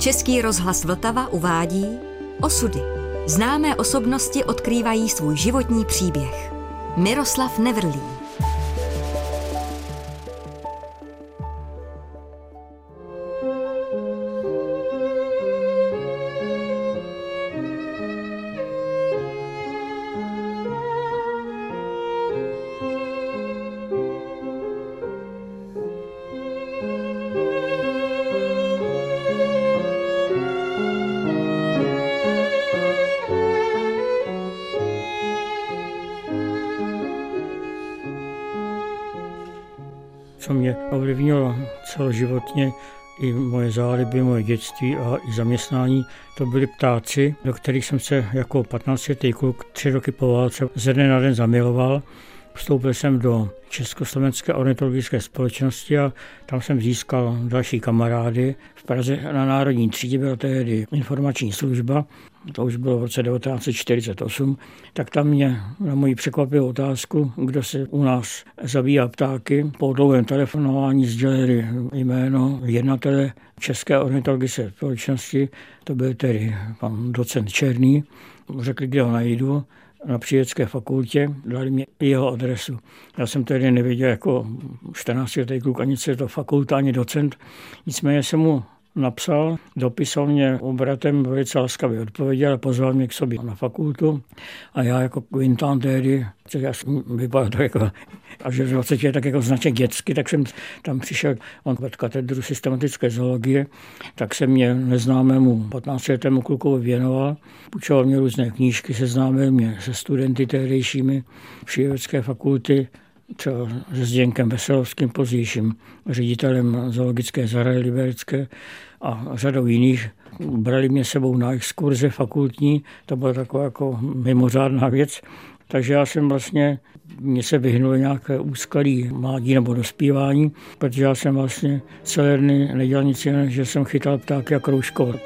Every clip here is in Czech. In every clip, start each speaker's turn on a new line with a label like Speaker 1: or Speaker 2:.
Speaker 1: Český rozhlas Vltava uvádí Osudy. Známé osobnosti odkrývají svůj životní příběh. Miroslav Nevrlý.
Speaker 2: Co mě ovlivnilo celoživotně, i moje záliby, moje dětství a i zaměstnání, to byli ptáci, do kterých jsem se jako 15letý kluk 3 roky po válce ze dne na den zamiloval. Vstoupil jsem do Československé ornitologické společnosti a tam jsem získal další kamarády. V Praze na Národní třídě byla tehdy informační služba, to už bylo v roce 1948, tak tam mě na moji překvapivou otázku, kdo se u nás zabíjá ptáky, po dlouhém telefonování sdělili jméno jednatele České ornitologické společnosti, to byl tedy pan docent Černý, řekli, kde ho najdu. Na přírodovědecké fakultě, dali mi jeho adresu. Já jsem tedy nevěděl jako 14letý kluk, ani co je to fakulta, ani docent. Nicméně jsem mu napsal, dopisal mě obratem, velice laskavě odpověděl a pozval mě k sobě na fakultu. A já jako kvintán tehdy, já jsem vypadal tak jako, až v 20 tak jako značně dětsky, tak jsem tam přišel, on vedl katedru systematické zoologie, tak se mě neznámému 15letému klukovi věnoval. Půjčoval mě různé knížky, seznámil mě se studenty tehdejšími přírodovědecké fakulty, třeba se Zděňkem Veselovským, pozdějším ředitelem zoologické zahrady liberecké a řadou jiných. Brali mě sebou na exkurze fakultní, to byla taková jako mimořádná věc. Takže já jsem vlastně, mně se vyhnulo nějaké úskalí mládí nebo dospívání, protože já jsem vlastně celé dny nedělal nic jiného, že jsem chytal ptáky a kroužkoval.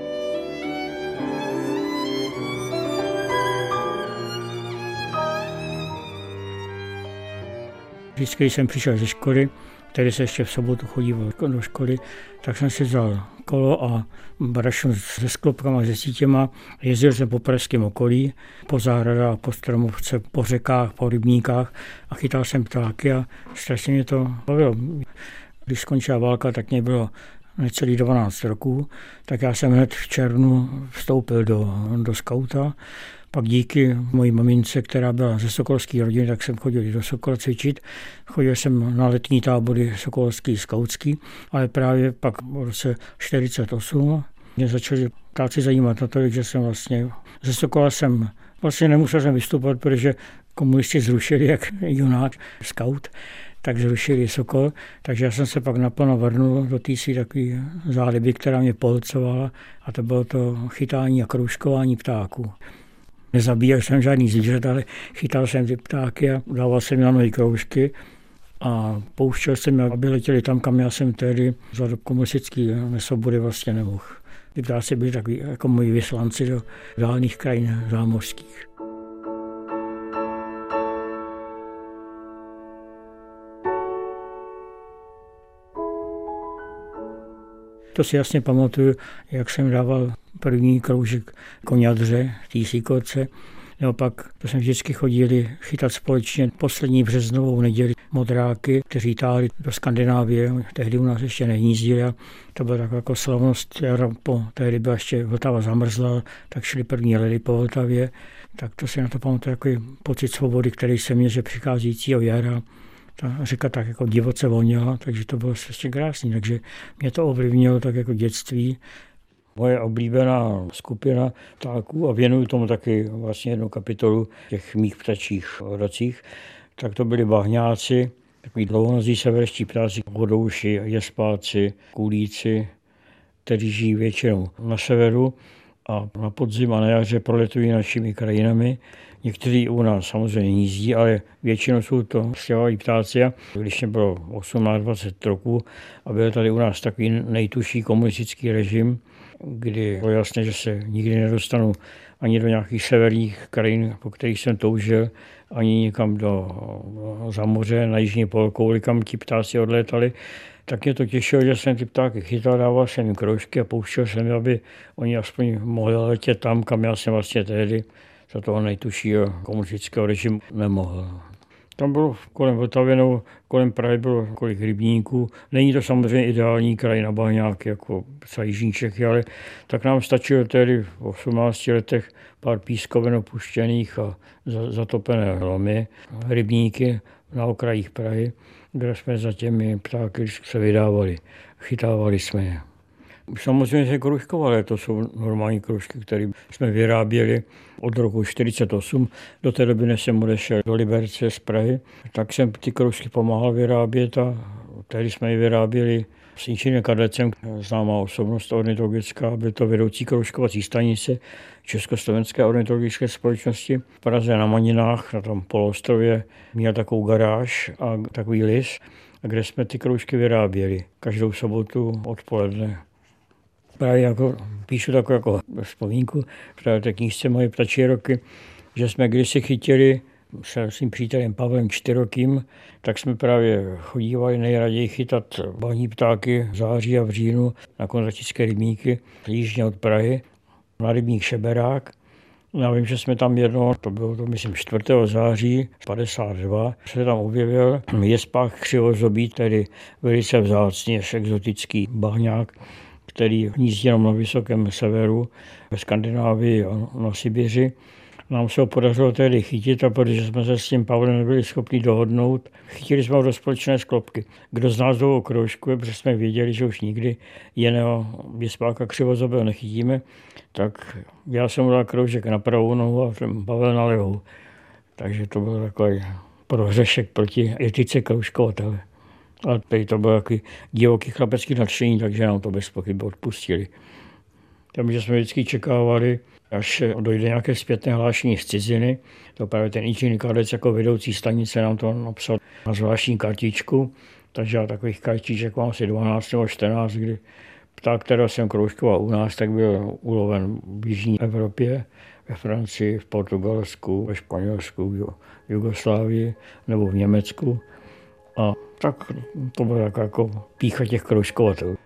Speaker 2: Vždycky, když jsem přišel ze školy, tedy se ještě v sobotu chodíval do školy, tak jsem si vzal kolo a brašnu se sklopkama, se sítěma. Jezdil jsem po pražském okolí, po zahradách, po stromovce, po řekách, po rybníkách a chytal jsem ptáky a strašně mě to bavilo. Když skončila válka, tak mě bylo necelých 12 roků, tak já jsem hned v červnu vstoupil do skauta. Pak díky mojí mamince, která byla ze sokolské rodiny, tak jsem chodil do Sokola cvičit. Chodil jsem na letní tábory sokolský, skautský, ale právě pak v roce 1948 mě začali ptáci zajímat natolik, že jsem vlastně ze Sokola jsem vlastně nemusel jsem vystupovat, protože komunisti zrušili jak junák, skaut, tak zrušili Sokol, takže já jsem se pak naplno vrnul do té své takové záliby, která mě pohlcovala a to bylo to chytání a kroužkování ptáků. Nezabíjel jsem žádný zvířat, ale chytal jsem ty ptáky a dával jsem na nohy kroužky a pouštěl jsem je, aby letěli tam, kam já jsem tehdy za dob komunistický nesvobody vlastně nemohl. Ty ptáci byli takový jako moji vyslanci do dálných krajin zámořských. To si jasně pamatuju, jak jsem dával první kroužek koňadře v té síkorce. Naopak to jsme vždycky chodili chytat společně poslední březnovou neděli modráky, kteří táhli do Skandinávie. Tehdy u nás ještě nehnízdili a to byla taková jako slavnost. Tehdy byla ještě Vltava zamrzla, tak šli první ledy po Vltavě. Tak to si na to pamatuju jako pocit svobody, který jsem měl, že přicházejícího jara. Ta řeka tak jako divoce voněla, takže to bylo strašně krásný. Takže mě to ovlivnilo tak jako dětství. Moje oblíbená skupina ptáků, a věnuju tomu taky vlastně jednu kapitolu těch mých ptačích rocích, tak to byli bahňáci, takový dlouhonozí severští ptáci, vodouši, jespáci, kulíci, kteří žijí většinou na severu a na podzim a na jaře proletují našimi krajinami. Někteří u nás samozřejmě hnízdí, ale většinou jsou to stěhovalí ptáci. Když mě bylo 18-20 roků a byl tady u nás takový nejtužší komunistický režim, kdy bylo jasné, že se nikdy nedostanu ani do nějakých severních krajin, po kterých jsem toužil, ani někam za moře, na jižní polokouli, kam ti ptáci odlétali. Tak mě to těšilo, že jsem ty ptáky chytal, dával jsem jim kroužky a pouštěl jsem je, aby oni aspoň mohli letět tam, kam já jsem vlastně tehdy za toho nejtuššího komunistického režimu nemohl. Tam bylo kolem Vltavy, kolem Prahy bylo kolik rybníků. Není to samozřejmě ideální kraj na bahňáky, jako celý jižní Čechy, ale tak nám stačilo tehdy v 18 letech pár pískoven opuštěných a zatopené lomy, rybníky na okrajích Prahy, kde jsme za těmi ptáky se vydávali, chytávali jsme je. Samozřejmě se kroužkovali, to jsou normální kroužky, které jsme vyráběli od roku 1948. Do té doby, než jsem odešel do Liberce z Prahy, tak jsem ty kroužky pomáhal vyrábět a tehdy jsme ji vyráběli s inženýrem Kadlecem, známá osobnost ornitologická, byl to vedoucí kroužkovací stanice Československé ornitologické společnosti v Praze na Maninách, na tom poloostrově. Měl takovou garáž a takový lis, kde jsme ty kroužky vyráběli každou sobotu odpoledne. Právě jako, píšu takovou jako vzpomínku v té knížce Moje ptačí roky, že jsme kdysi chytili se svým přítelem Pavlem Čtyrokým, tak jsme právě chodívali nejraději chytat bahní ptáky v září a v říjnu na konzervativské rybníky jižně od Prahy, na rybník Šeberák. Já vím, že jsme tam jedno, to bylo to myslím 4. září 52, se tam objevil jespák křivozobý, tedy velice vzácný, exotický bahňák, který hnízdí jenom na vysokém severu, ve Skandinávii a na Sibiři. Nám se ho podařilo tehdy chytit, a protože jsme se s tím Pavlem nebyli schopni dohodnout, chytili jsme ho do společné sklopky. Kdo z nás ho okroužkuje, protože jsme věděli, že už nikdy jiného jespáka křivozobého nechytíme, tak já jsem mu dal kroužek na pravou nohu a Pavel na levou. Takže to byl takový prohřešek proti etice kroužkovatele. A tady to bylo takový divoký chlapecký nadšení, takže nám to bez pochyby odpustili. Takže jsme vždycky čekávali, až dojde nějaké zpětné hlášení z ciziny. To právě ten inženýr Kadlec jako vedoucí stanice nám to napsal na zvláštní kartičku. Takže já takových kartiček mám asi 12 nebo 14, kdy pták, kterého jsem kroužkoval u nás, tak byl uloven v jižní Evropě, ve Francii, v Portugalsku, ve Španělsku, v Jugoslávii nebo v Německu. A tak to bylo jako pýcha těch kroužkovatelů.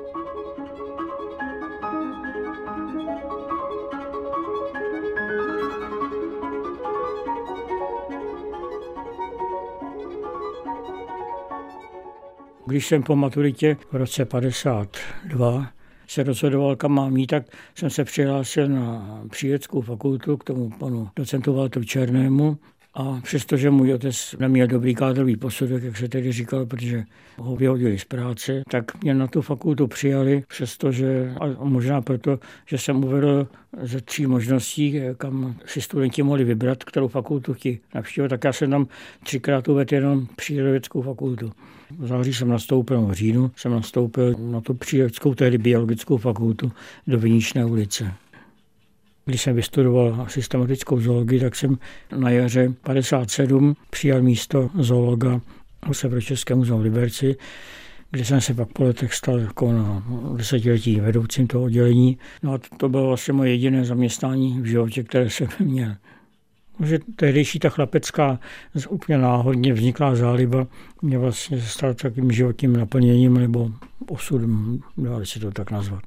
Speaker 2: Když jsem po maturitě v roce 52 se rozhodoval, kam mám jít, tak jsem se přihlásil na přírodní fakultu k tomu panu docentu Walteru Černému. A přestože můj otec neměl dobrý kádrový posudek, jak se tedy říkalo, protože ho vyhodili z práce, tak mě na tu fakultu přijali, přestože, a možná proto, že jsem uvedl ze 3 možností, kam si studenti mohli vybrat, kterou fakultu chtějí navštívit, tak já jsem tam 3krát uvedl jenom přírodovědeckou fakultu. V září jsem nastoupil, v říjnu jsem nastoupil na tu přírodickou, tedy biologickou fakultu do Viničné ulice. Když jsem vystudoval systematickou zoologii, tak jsem na jaře 57 přijal místo zoologa v Severočeském muzeu v Liberci, kde jsem se pak po letech stal jako na 10letí vedoucím toho oddělení. No a to bylo vlastně moje jediné zaměstnání v životě, které jsem měl. Že tehdejší ta chlapecká, úplně náhodně vzniklá záliba mě vlastně stala takovým životním naplněním nebo osudem, dá se to tak nazvat.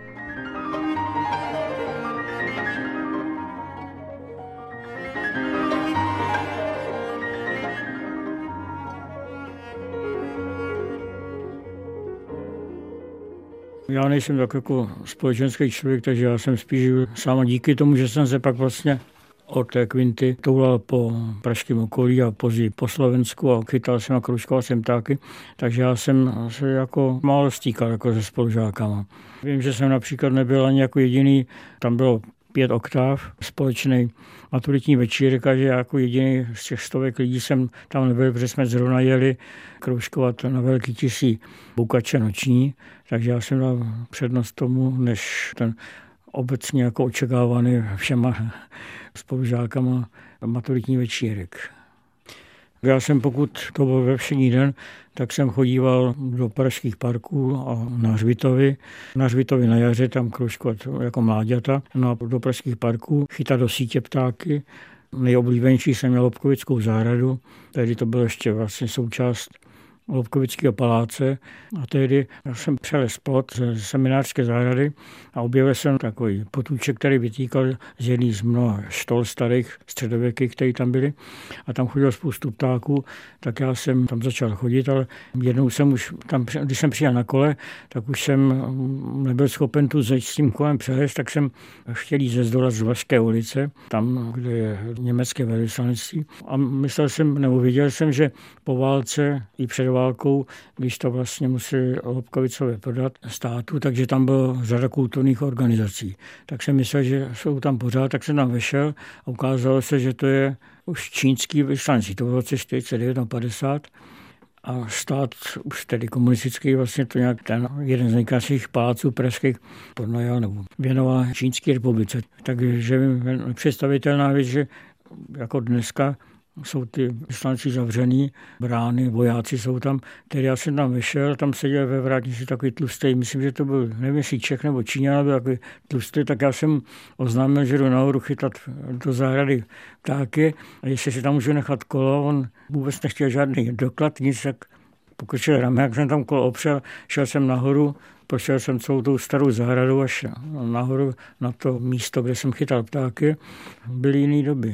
Speaker 2: Já nejsem tak jako společenský člověk, takže já jsem spíš žil sám a díky tomu, že jsem se pak vlastně od té kvinty toulal po pražském okolí a později po Slovensku a chytal jsem a kroužkoval jsem ptáky, takže já jsem se jako málo stýkal jako se spolužákama. Vím, že jsem například nebyl ani jako jediný, tam bylo 5 oktáv, společný maturitní večírek, že jako jediný z těch 100 lidí jsem tam nebyl, protože jsme zrovna jeli kroužkovat na Velký Tisí Bukače noční, takže já jsem dal přednost tomu, než ten obecně jako očekávaný všema spolužákama maturitní večírek. Já jsem, pokud to byl ve všední den, tak jsem chodíval do pražských parků a na Hřbitovy. Na Hřbitovy na jaře tam kroužkovat jako mláďata. No a do pražských parků chytat do sítě ptáky Nejoblíbenější jsem měl Lobkovickou zahradu, tehdy to bylo ještě vlastně součást Lobkovického paláce a tehdy jsem přelez plot ze seminářské zahrady a objevil jsem takový potůček, který vytýkal z jedných z mnoha štol starých středověkých, které tam byly a tam chodilo spoustu ptáků, tak já jsem tam začal chodit, ale jednou jsem už tam, když jsem přijel na kole, tak už jsem nebyl schopen tu zeď s tím kolem přelez, tak jsem chtěl jít ze zdola z Vlašské ulice, tam, kde je německé velvyslanectví a myslel jsem, nebo viděl jsem, že po válce i před válkou, když to vlastně museli Lobkovicové prodat státu, takže tam bylo řada kulturních organizací. Tak jsem myslel, že jsou tam pořád, tak jsem tam vešel a ukázalo se, že to je už čínský vyslanectví. To bylo v roce 49-50 a stát už tedy komunistický vlastně to nějak ten jeden z nejkrásnějších paláců pražských podnajal nebo věnoval Čínské republice. Takže je představitelná věc, že jako dneska jsou ty vyslanci zavřený, brány, vojáci jsou tam, tedy já jsem tam vyšel, tam seděl ve vrátnici takový tlustý, myslím, že to byl, nevím, jestli Čech nebo Číňan, byl takový tlustý, tak já jsem oznámil, že jdu nahoru chytat do zahrady ptáky a jestli si tam můžu nechat kolo, on vůbec nechtěl žádný doklad, nic, tak pokrčil rame, jak jsem tam kolo opřel, šel jsem nahoru, prošel jsem celou tou starou zahradu až nahoru na to místo, kde jsem chytal ptáky, byly jiné doby.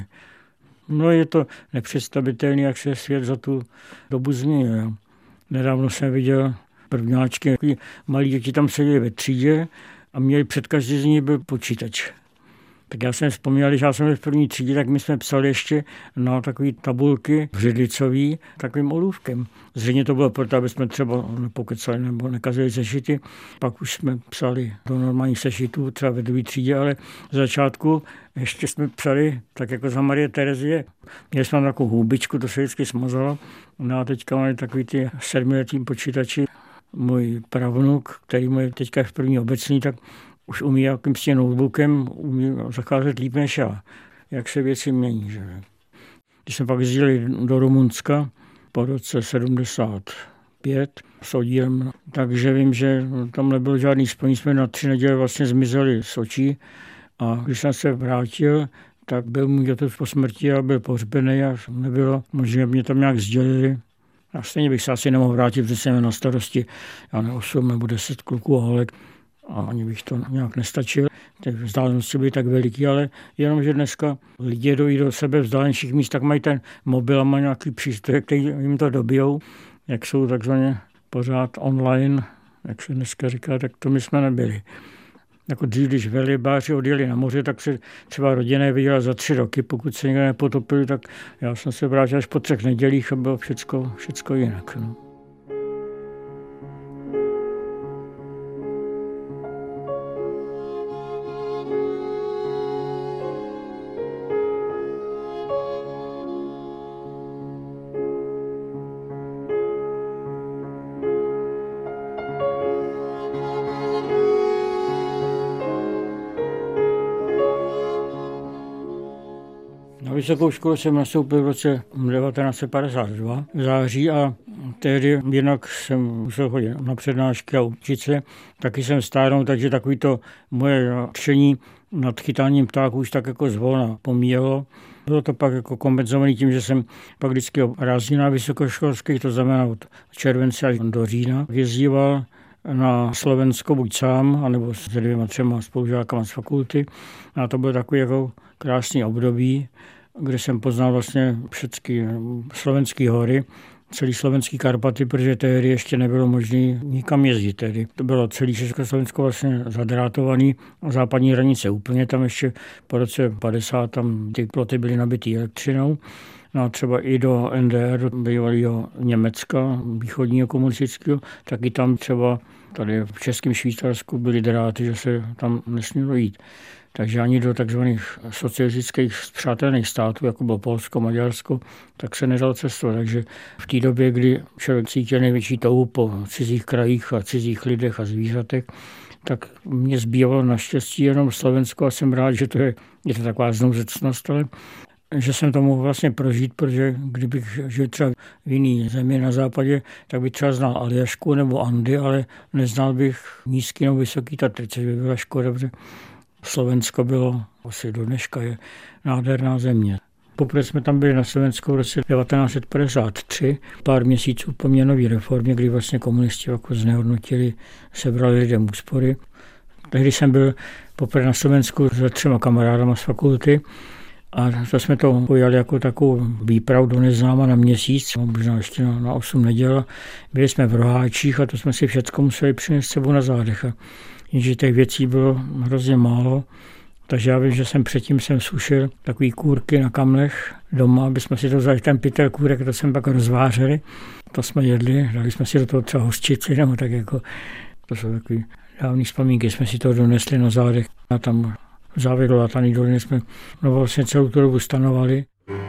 Speaker 2: No je to nepředstavitelné, jak se svět za tu dobu změnil. Nedávno jsem viděl prvňáčky, malí děti tam seděli ve třídě a měli před každý z nich byl počítač. Tak já jsem vzpomněl, že já jsem v první třídě, tak my jsme psali ještě na takové tabulky vřidlicový takovým olůvkem. Zřejmě to bylo proto, aby jsme třeba nepokecali nebo nekazili sešity. Pak už jsme psali do normálních sešitů, třeba ve druhé třídě, ale v začátku ještě jsme psali, tak jako za Marie Terezie. Měli jsme takovou hůbičku, to se vždycky smazalo. No a teďka máme takový ty 7letý počítači. Můj pravnuk, který můj teďka je v první obecní, tak už umí jakýmsi notebookem umí zacházet líp než já, jak se věci mění. Že? Když jsme pak jezdili do Rumunska po roce 75 s oddílem, takže vím, že tam nebylo žádný spojení, jsme na 3 neděle vlastně zmizeli z očí a když jsem se vrátil, tak byl můj otec po smrti a byl pohřbený a nebylo možné, mě tam nějak sdělili. A stejně bych se asi nemohl vrátit, protože jsem na starosti, já ne 8 nebo 10 kluků a holek. A ani bych to nějak nestačil. Ty vzdálenosti byly tak veliký, ale jenom, že dneska lidi dojí do sebe vzdálenějších míst, tak mají ten mobil a mají nějaký přístroj, který jim to dobijou, jak jsou takzvaně pořád online, jak se dneska říká, tak to my jsme nebyli. Jako dřív, když velrybáři odjeli na moře, tak se třeba rodina viděla za 3 roky, pokud se někdo nepotopili, tak já jsem se vrátil až po 3 nedělích a bylo všecko jinak. No. Na vysokou školu jsem nastoupil v roce 1952 v září a tehdy jinak jsem musel chodit na přednášky a učit se. Taky jsem stárnul, takže takový to moje tření nad chytáním ptáků už tak jako zvolna pomíjelo. Bylo to pak jako kompenzované tím, že jsem pak vždycky o prázdninách vysokoškolských, to znamená od července až do října, jezdíval na Slovensko buď sám, anebo s 2-3 spolužákama z fakulty. A to bylo takový jako krásný období, kde jsem poznal vlastně všechny slovenské hory, celý slovenský Karpaty, protože tehdy ještě nebylo možné nikam jezdit. Tehdy to bylo celý Československo vlastně zadrátovaný, západní hranice úplně, tam ještě po roce 50 tam ty ploty byly nabitý elektřinou. No a třeba i do NDR, do bývalého Německa, východního komunistického, taky tam třeba tady v Českém Švýcarsku byly dráty, že se tam nesmělo jít. Takže ani do takzvaných socialistických spřátelených států, jako bylo Polsko, Maďarsko, tak se nedal cestovat. Takže v té době, kdy člověk cítil největší touhu po cizích krajích a cizích lidech a zvířatech, tak mě zbývalo naštěstí jenom Slovensko a jsem rád, že to je to taková znouzecnost, ale že jsem to mohl vlastně prožít, protože kdybych žil třeba v jiný zemi na západě, tak bych třeba znal Aljašku nebo Andy, ale neznal bych nízký nebo vysoký Tatry, což by byla škoda, protože Slovensko bylo, asi do dneška je nádherná země. Poprvé jsme tam byli na Slovensku v roce 1953, pár měsíců po měnové reformě, kdy vlastně komunisti jako znehodnotili, sebrali lidem úspory. Tehdy jsem byl poprvé na Slovensku se 3 kamarádama z fakulty a to jsme to pojali jako takovou výpravu do neznáma na měsíc, možná ještě na 8 neděl. Byli jsme v Roháčích a to jsme si všechno museli přinést sebou na zádech. Jenže těch věcí bylo hrozně málo. Takže já vím, že předtím jsem sušil takový kůrky na kamlech doma, aby jsme si to vzali, ten pytel kůrek, to jsme pak rozvářeli. To jsme jedli, dali jsme si do toho třeba hořčici, nebo tak jako, to jsou takový dávný vzpomínky, jsme si to donesli na zádech a tam v závěru Látaný doliny jsme vlastně celou tu dobu stanovali.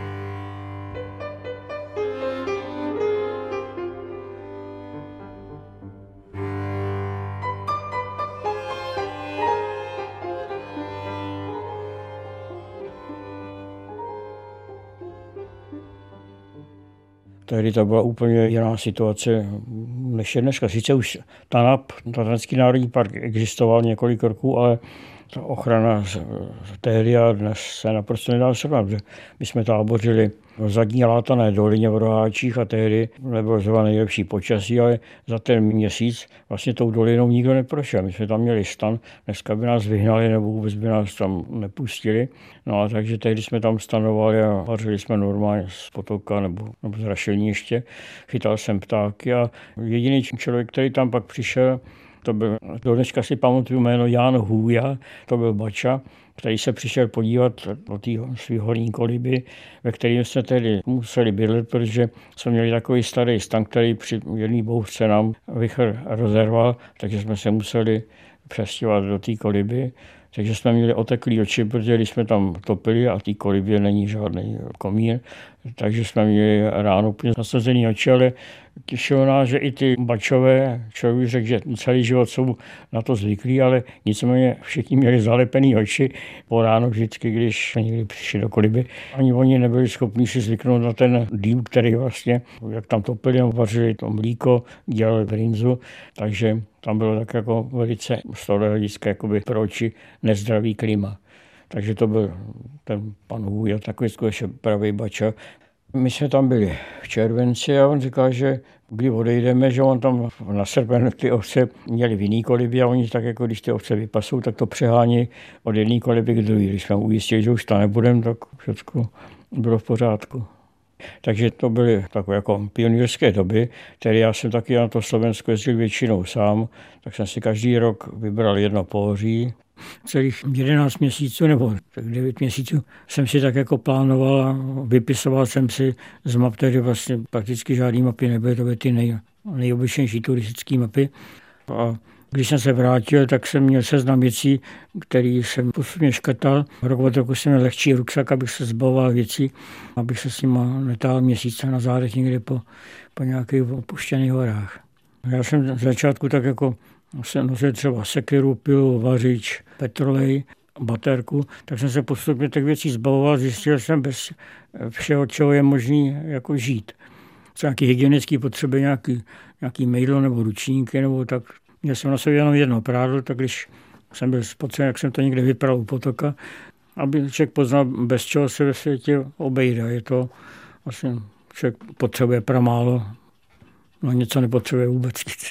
Speaker 2: Tehdy to byla úplně jiná situace než je dneska. Sice už TANAP, Tatranský národní park, existoval několik roků, ale ta ochrana tehdy a dnes se naprosto nedá srovnat. My jsme tábořili v zadní Látané dolině v Roháčích a tehdy nebylo zrovna nejlepší počasí, ale za ten měsíc vlastně tou dolinou nikdo neprošel. My jsme tam měli stan, dneska by nás vyhnali nebo vůbec by nás tam nepustili. No a takže tehdy jsme tam stanovali a vařili jsme normálně z potoka nebo z rašelniště. Chytal jsem ptáky a jediný člověk, který tam pak přišel, to byl, do dneška si pamatuju jméno Jan Hůja, to byl bača, který se přišel podívat do té své horní koliby, ve kterém jsme tedy museli bydlet, protože jsme měli takový starý stan, který při jedné bouřce nám vichr rozerval, takže jsme se museli přestěhovat do té koliby. Takže jsme měli oteklý oči, protože když jsme tam topili a v té kolibě není žádný komín, takže jsme měli ráno úplně nasazený oči, ale těšilo nás, že i ty bačové, člověk řekl, že celý život jsou na to zvyklí, ale nicméně všichni měli zalepený oči po ráno vždycky, když někdy přišli do koliby. Ani oni nebyli schopni si zvyknout na ten dým, který vlastně, jak tam topili, vařili to mlíko, dělali brinzu, takže tam bylo tak jako velice z toho hlediska pro oči nezdravý klima. Takže to byl ten pan Hůja, takový skutečně pravý bača. My jsme tam byli v červenci a on říkal, že kdy odejdeme, že on tam na srpen ty ovce měli v jiný kolibě a oni tak jako když ty ovce vypasou, tak to přehání od jedné koliby k druhé. Když jsme ujistili, že už tam nebudeme, tak všechno bylo v pořádku. Takže to byly takové jako pionýrské doby, které já jsem taky na to Slovensko jezdil většinou sám, tak jsem si každý rok vybral jedno pohoří. Celých 11 měsíců nebo 9 měsíců jsem si tak jako plánoval a vypisoval jsem si z map, tedy vlastně prakticky žádný mapy nebyly, to byly ty nejobyčejnější turistické mapy. A když jsem se vrátil, tak jsem měl seznam věcí, které jsem postupně škrtal. Rok od roku jsem měl lehčí ruksak, abych se zbavoval věcí, abych se s nima netál měsíce na zádech někde po nějakých opuštěných horách. Já jsem z začátku tak jako jsem nosil třeba sekiru, pilu, vařič, petrolej, baterku, tak jsem se postupně těch věcí zbavoval, zjistil jsem bez všeho, čeho je možný jako žít. Co nějaké hygienické potřeby, nějaký mejdlo nebo ručníky, nebo tak. Měl jsem na sobě jenom jedno prádlo, tak když jsem byl spotřeben, jak jsem to někde vypral u potoka, aby člověk poznal, bez čeho se ve světě obejde. Je to vlastně, člověk potřebuje pramálo, no něco nepotřebuje vůbec nic.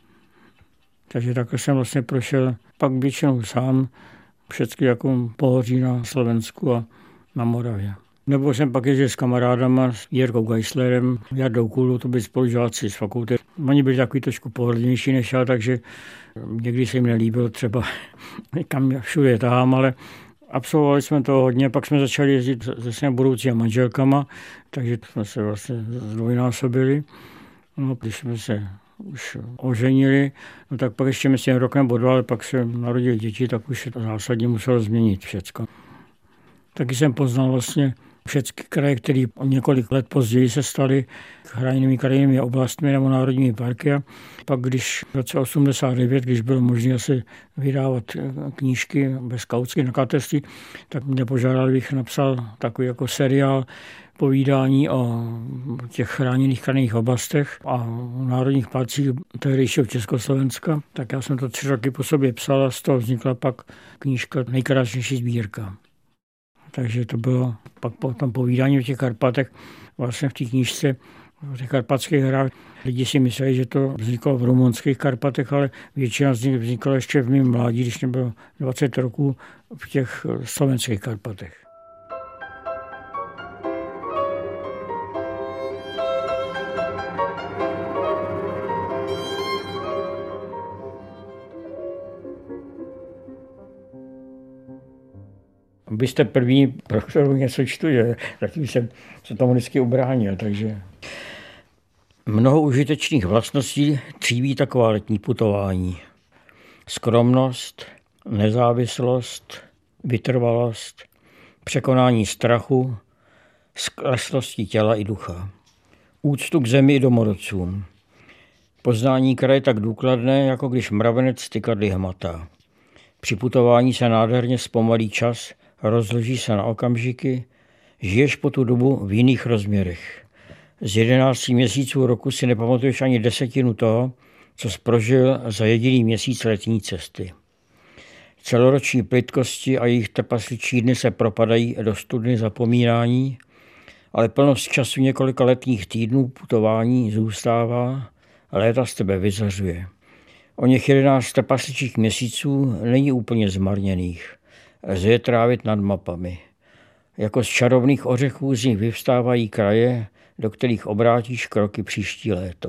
Speaker 2: Takže takhle jsem vlastně prošel pak většinou sám všechny jako pohoří na Slovensku a na Moravě. Nebo jsem pak jezdil s kamarádama, s Jirkou Geislerem, Jardou Kulou, to byli spolužáci z fakulty. Oni byli takový trošku pohodlnější než já, takže někdy se jim nelíbilo třeba, kam všude tahám, ale absolvovali jsme toho hodně, pak jsme začali jezdit se svými budoucími manželkama, takže jsme se vlastně zdvojnásobili. No, když jsme se už oženili, no tak pak ještě myslím rok nebo 2, ale pak se narodili děti, tak už se to zásadně muselo změnit všecko. Taky jsem poznal vlastně všechny kraje, které o několik let později se staly chráněnými krajinnými oblastmi nebo národními parky. A pak když v roce 89, když bylo možné asi vydávat knížky bez skautské nakladatelství, tak mě požádali, abych napsal takový jako seriál povídání o těch chráněných krajinných oblastech a národních parcích tehdejšího Československa. Tak já jsem to 3 roky po sobě psal a z toho vznikla pak knížka Nejkrásnější sbírka. Takže to bylo pak po tom povídání o těch Karpatech, vlastně v té knížce o těch karpatských horách. Lidi si mysleli, že to vzniklo v rumunských Karpatech, ale většina z nich vznikla ještě v mém mládí, když mě bylo 20 roků, v těch slovenských Karpatech. Vy jste první, pro kterou něco čtu, že zatím jsem se tomu vždycky ubránil, takže... Mnoho užitečných vlastností tříbí taková letní putování. Skromnost, nezávislost, vytrvalost, překonání strachu, zkreslosti těla i ducha. Úctu k zemi i domorodcům. Poznání kraje tak důkladné, jako když mravenec stykadly hmatá. Při putování se nádherně zpomalí čas, rozloží se na okamžiky, žiješ po tu dobu v jiných rozměrech. Z 11 měsíců roku si nepamatuješ ani 10 toho, co jsi prožil za jediný měsíc letní cesty. Celoroční plytkosti a jejich trpasličí dny se propadají do studny zapomínání, ale plnost času několika letních týdnů putování zůstává a léta z tebe vyzařuje. O něch 11 trpasličích měsíců není úplně zmarněných. Lze je trávit nad mapami. Jako z čarovných ořechů z nich vyvstávají kraje, do kterých obrátíš kroky příští léto.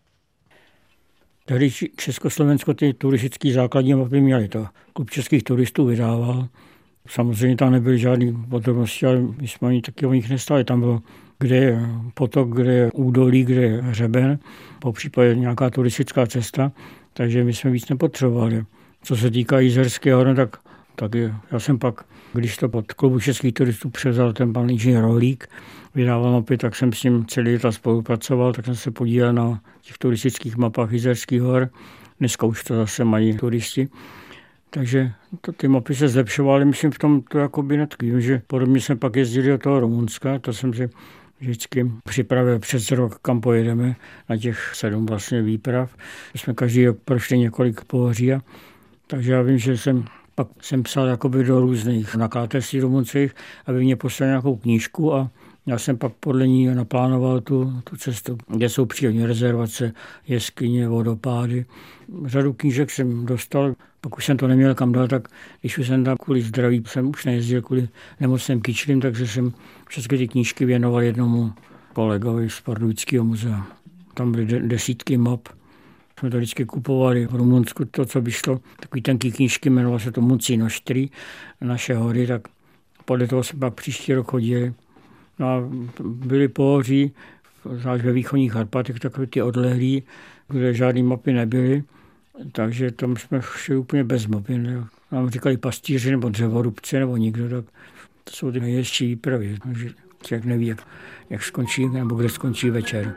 Speaker 2: Tehdy Československo ty turistické základní mapy měly. To Klub českých turistů vydával. Samozřejmě tam nebyly žádné podrobnosti, ale my jsme ani taky o nich nestali. Tam bylo, kde je potok, kde je údolí, kde je hřeben, popřípadě nějaká turistická cesta, takže my jsme víc nepotřebovali. Co se týká Jizerského hory, tak já jsem pak, když to pod Klubu českých turistů převzal ten pan inženýr Rohlík, vydával mapy, tak jsem s ním celý léta spolupracoval, tak jsem se podílel na těch turistických mapách Jizerských hor. Dneska už to zase mají turisti. Takže ty mapy se zlepšovaly, myslím, v tom to jakoby netkvím, že podobně jsme pak jezdili do toho Rumunska, to jsem si vždycky připravil přes rok, kam pojedeme na těch 7 vlastně výprav. My jsme každý rok prošli několik pohoří, takže já vím, že jsem psal jakoby do různých nakladatelství rumunských, aby mě poslali nějakou knížku a já jsem pak podle ní naplánoval tu cestu, kde jsou přírodní rezervace, jeskyně, vodopády. Řadu knížek jsem dostal, pak už jsem to neměl kam dát, tak když už jsem tam kvůli zdraví, jsem už nejezdil kvůli nemocným kyčlím, takže jsem všechny ty knížky věnoval jednomu kolegovi z Pardubického muzea. Tam byly desítky map. Jsme to vždycky kupovali v Rumunsku, to, co by šlo, takový tenký knížky, jmenovalo se to Munci Noštry, naše hory, tak podle toho jsme pak příští rok chodili. No a byly pohoří, zvlášť ve východních Karpatech, takové ty odlehlý, kde žádné mapy nebyly, takže tam jsme šli úplně bez mapy. Ne? Nám říkali pastýři nebo dřevorubci nebo nikdo, tak to jsou ty nejhezčí výpravy, takže člověk neví, jak skončí nebo kde skončí večer.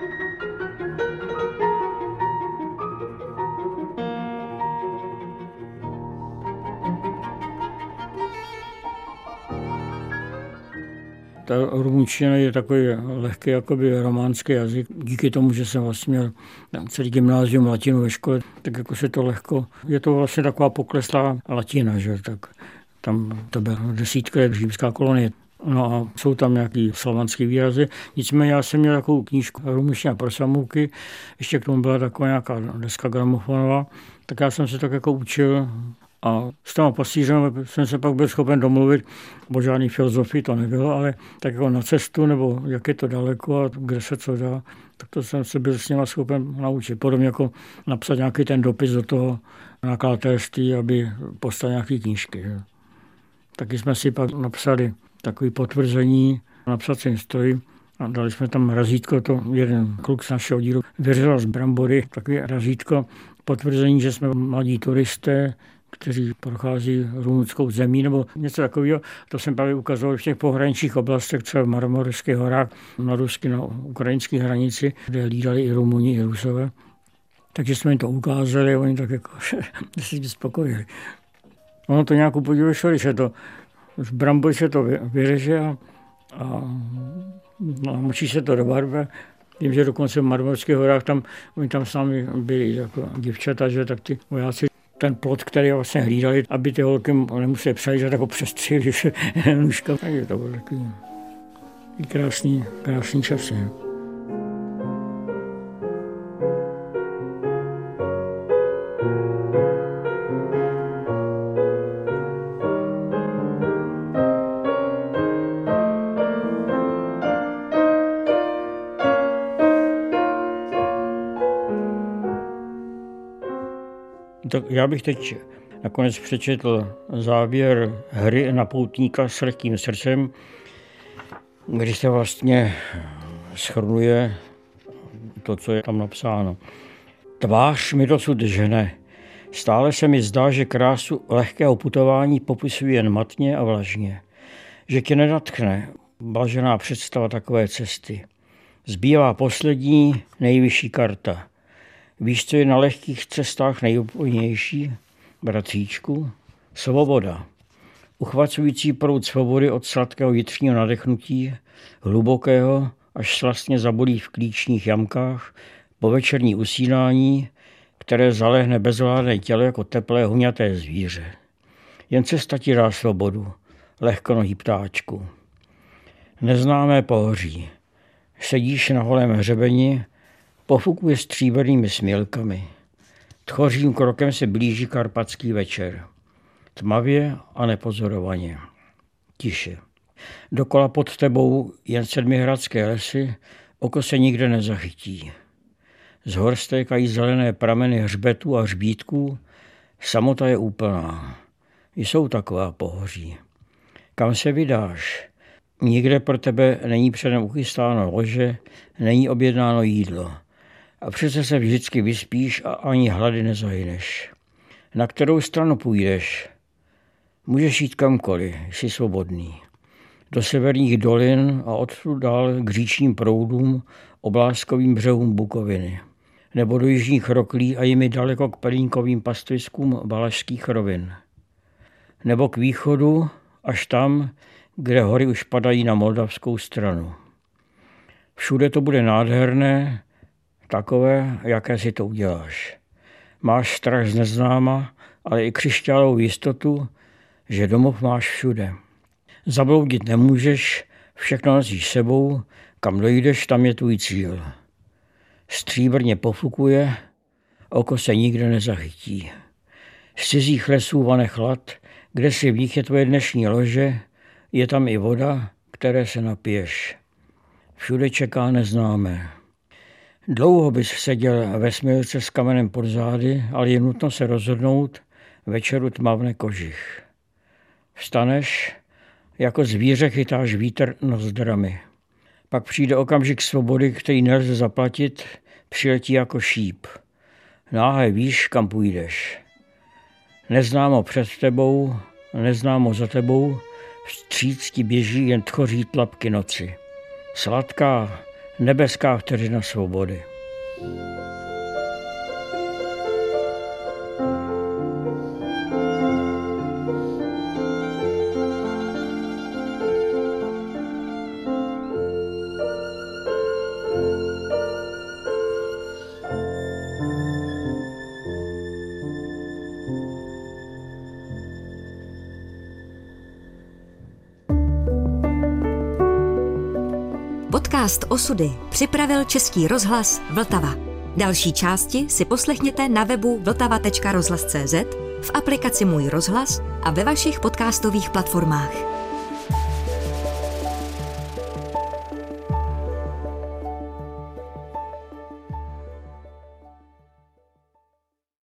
Speaker 2: Ta rumunština je takový lehký jakoby románský jazyk. Díky tomu, že jsem vlastně měl celý gymnázium latinu ve škole, tak jako se to lehko, je to vlastně taková pokleslá latina, že tak tam to bylo 10 let římská kolonie. No a jsou tam nějaký slovanský výrazy. Nicméně já jsem měl takovou knížku Rumunština pro samouky, ještě k tomu byla taková nějaká deska gramofonová, tak já jsem se tak jako učil. A s těma pastýřem jsem se pak byl schopen domluvit, o žádný filozofii to nebylo, ale tak jako na cestu, nebo jak je to daleko a kde se co dá, tak to jsem se byl s něma schopen naučit. Podobně jako napsat nějaký ten dopis do toho nakladatelství, aby poslal nějaké knížky. Že? Taky jsme si pak napsali takové potvrzení na psacím stroji a dali jsme tam razítko, to jeden kluk z našeho dílu vyřezal z brambory, takové razítko, potvrzení, že jsme mladí turisté, kteří prochází rumunskou zemí nebo něco takového. To jsem právě ukazoval v těch pohraničních oblastech, třeba v Marmorských horách, na ruské, na ukrajinské hranici, kde hlídali i Rumuni, i Rusové. Takže jsme jim to ukázali a oni tak jako si spokojili. Ono to nějakou podívejšlo, když je to z brambory se to vyreže a močí se to do barve. Vím, že dokonce v Marmorských horách, oni tam s námi byli jako děvčata, že tak ty vojáci ten plot, který vlastně hlídali, aby ty holky nemuseli přejít, tak ho přestřihli nůžka. Takže to bylo takový krásný časy. Tak já bych teď nakonec přečetl závěr hry na poutníka s lehkým srdcem, kdy se vlastně shrnuje to, co je tam napsáno. Tvář mi dosud žene. Stále se mi zdá, že krásu lehkého putování popisuje jen matně a vlažně. Že tě nenadchne blažená představa takové cesty. Zbývá poslední, nejvyšší karta. Víš, co je na lehkých cestách nejúplnější, bratříčku? Svoboda. Uchvacující proud svobody od sladkého vnitřního nadechnutí, hlubokého, až slastně zabolí v klíčních jamkách, po večerní usínání, které zalehne bezvládné tělo jako teplé huňaté zvíře. Jen cesta ti dá svobodu, lehkonohý ptáčku. Neznámé pohoří. Sedíš na holém hřebeni, pofukuje stříbrnými smělkami. Tchořím krokem se blíží karpatský večer. Tmavě a nepozorovaně. Tiše. Dokola pod tebou jen sedmihradské lesy, oko se nikde nezachytí. Z hor stékají zelené prameny hřbetů a hřbítků, samota je úplná. Jsou taková pohoří. Kam se vydáš? Nikde pro tebe není předem uchystáno lože, není objednáno jídlo. A přece se vždycky vyspíš a ani hlady nezahyneš. Na kterou stranu půjdeš? Můžeš jít kamkoliv, jsi svobodný. Do severních dolin a odtud dál k říčním proudům, obláskovým břehům Bukoviny. Nebo do jižních roklí a jimi daleko k pelínkovým pastviskům Valašských rovin. Nebo k východu až tam, kde hory už padají na moldavskou stranu. Všude to bude nádherné, takové, jaké si to uděláš. Máš strach z neznáma, ale i křišťálovou jistotu, že domov máš všude. Zabloudit nemůžeš, všechno nosíš sebou, kam dojdeš, tam je tvůj cíl. Stříbrně pofukuje, oko se nikde nezachytí. Z cizích lesů vane chlad, kde si v nich je tvoje dnešní lože, je tam i voda, které se napiješ. Všude čeká neznámé. Dlouho bys seděl ve smilce s kamenem pod zády, ale je nutno se rozhodnout, večeru tmavne kožich. Vstaneš, jako zvíře chytáš vítr nozdrami. Pak přijde okamžik svobody, který nelze zaplatit, přiletí jako šíp. Náhle víš, kam půjdeš. Neznámo před tebou, neznámo za tebou, vstříc ti běží jen tchoří tlapky noci. Sladká, nebeská vteřina svobody.
Speaker 1: Podcast Osudy připravil Český rozhlas Vltava. Další části si poslechněte na webu vltava.rozhlas.cz, v aplikaci Můj rozhlas a ve vašich podcastových platformách.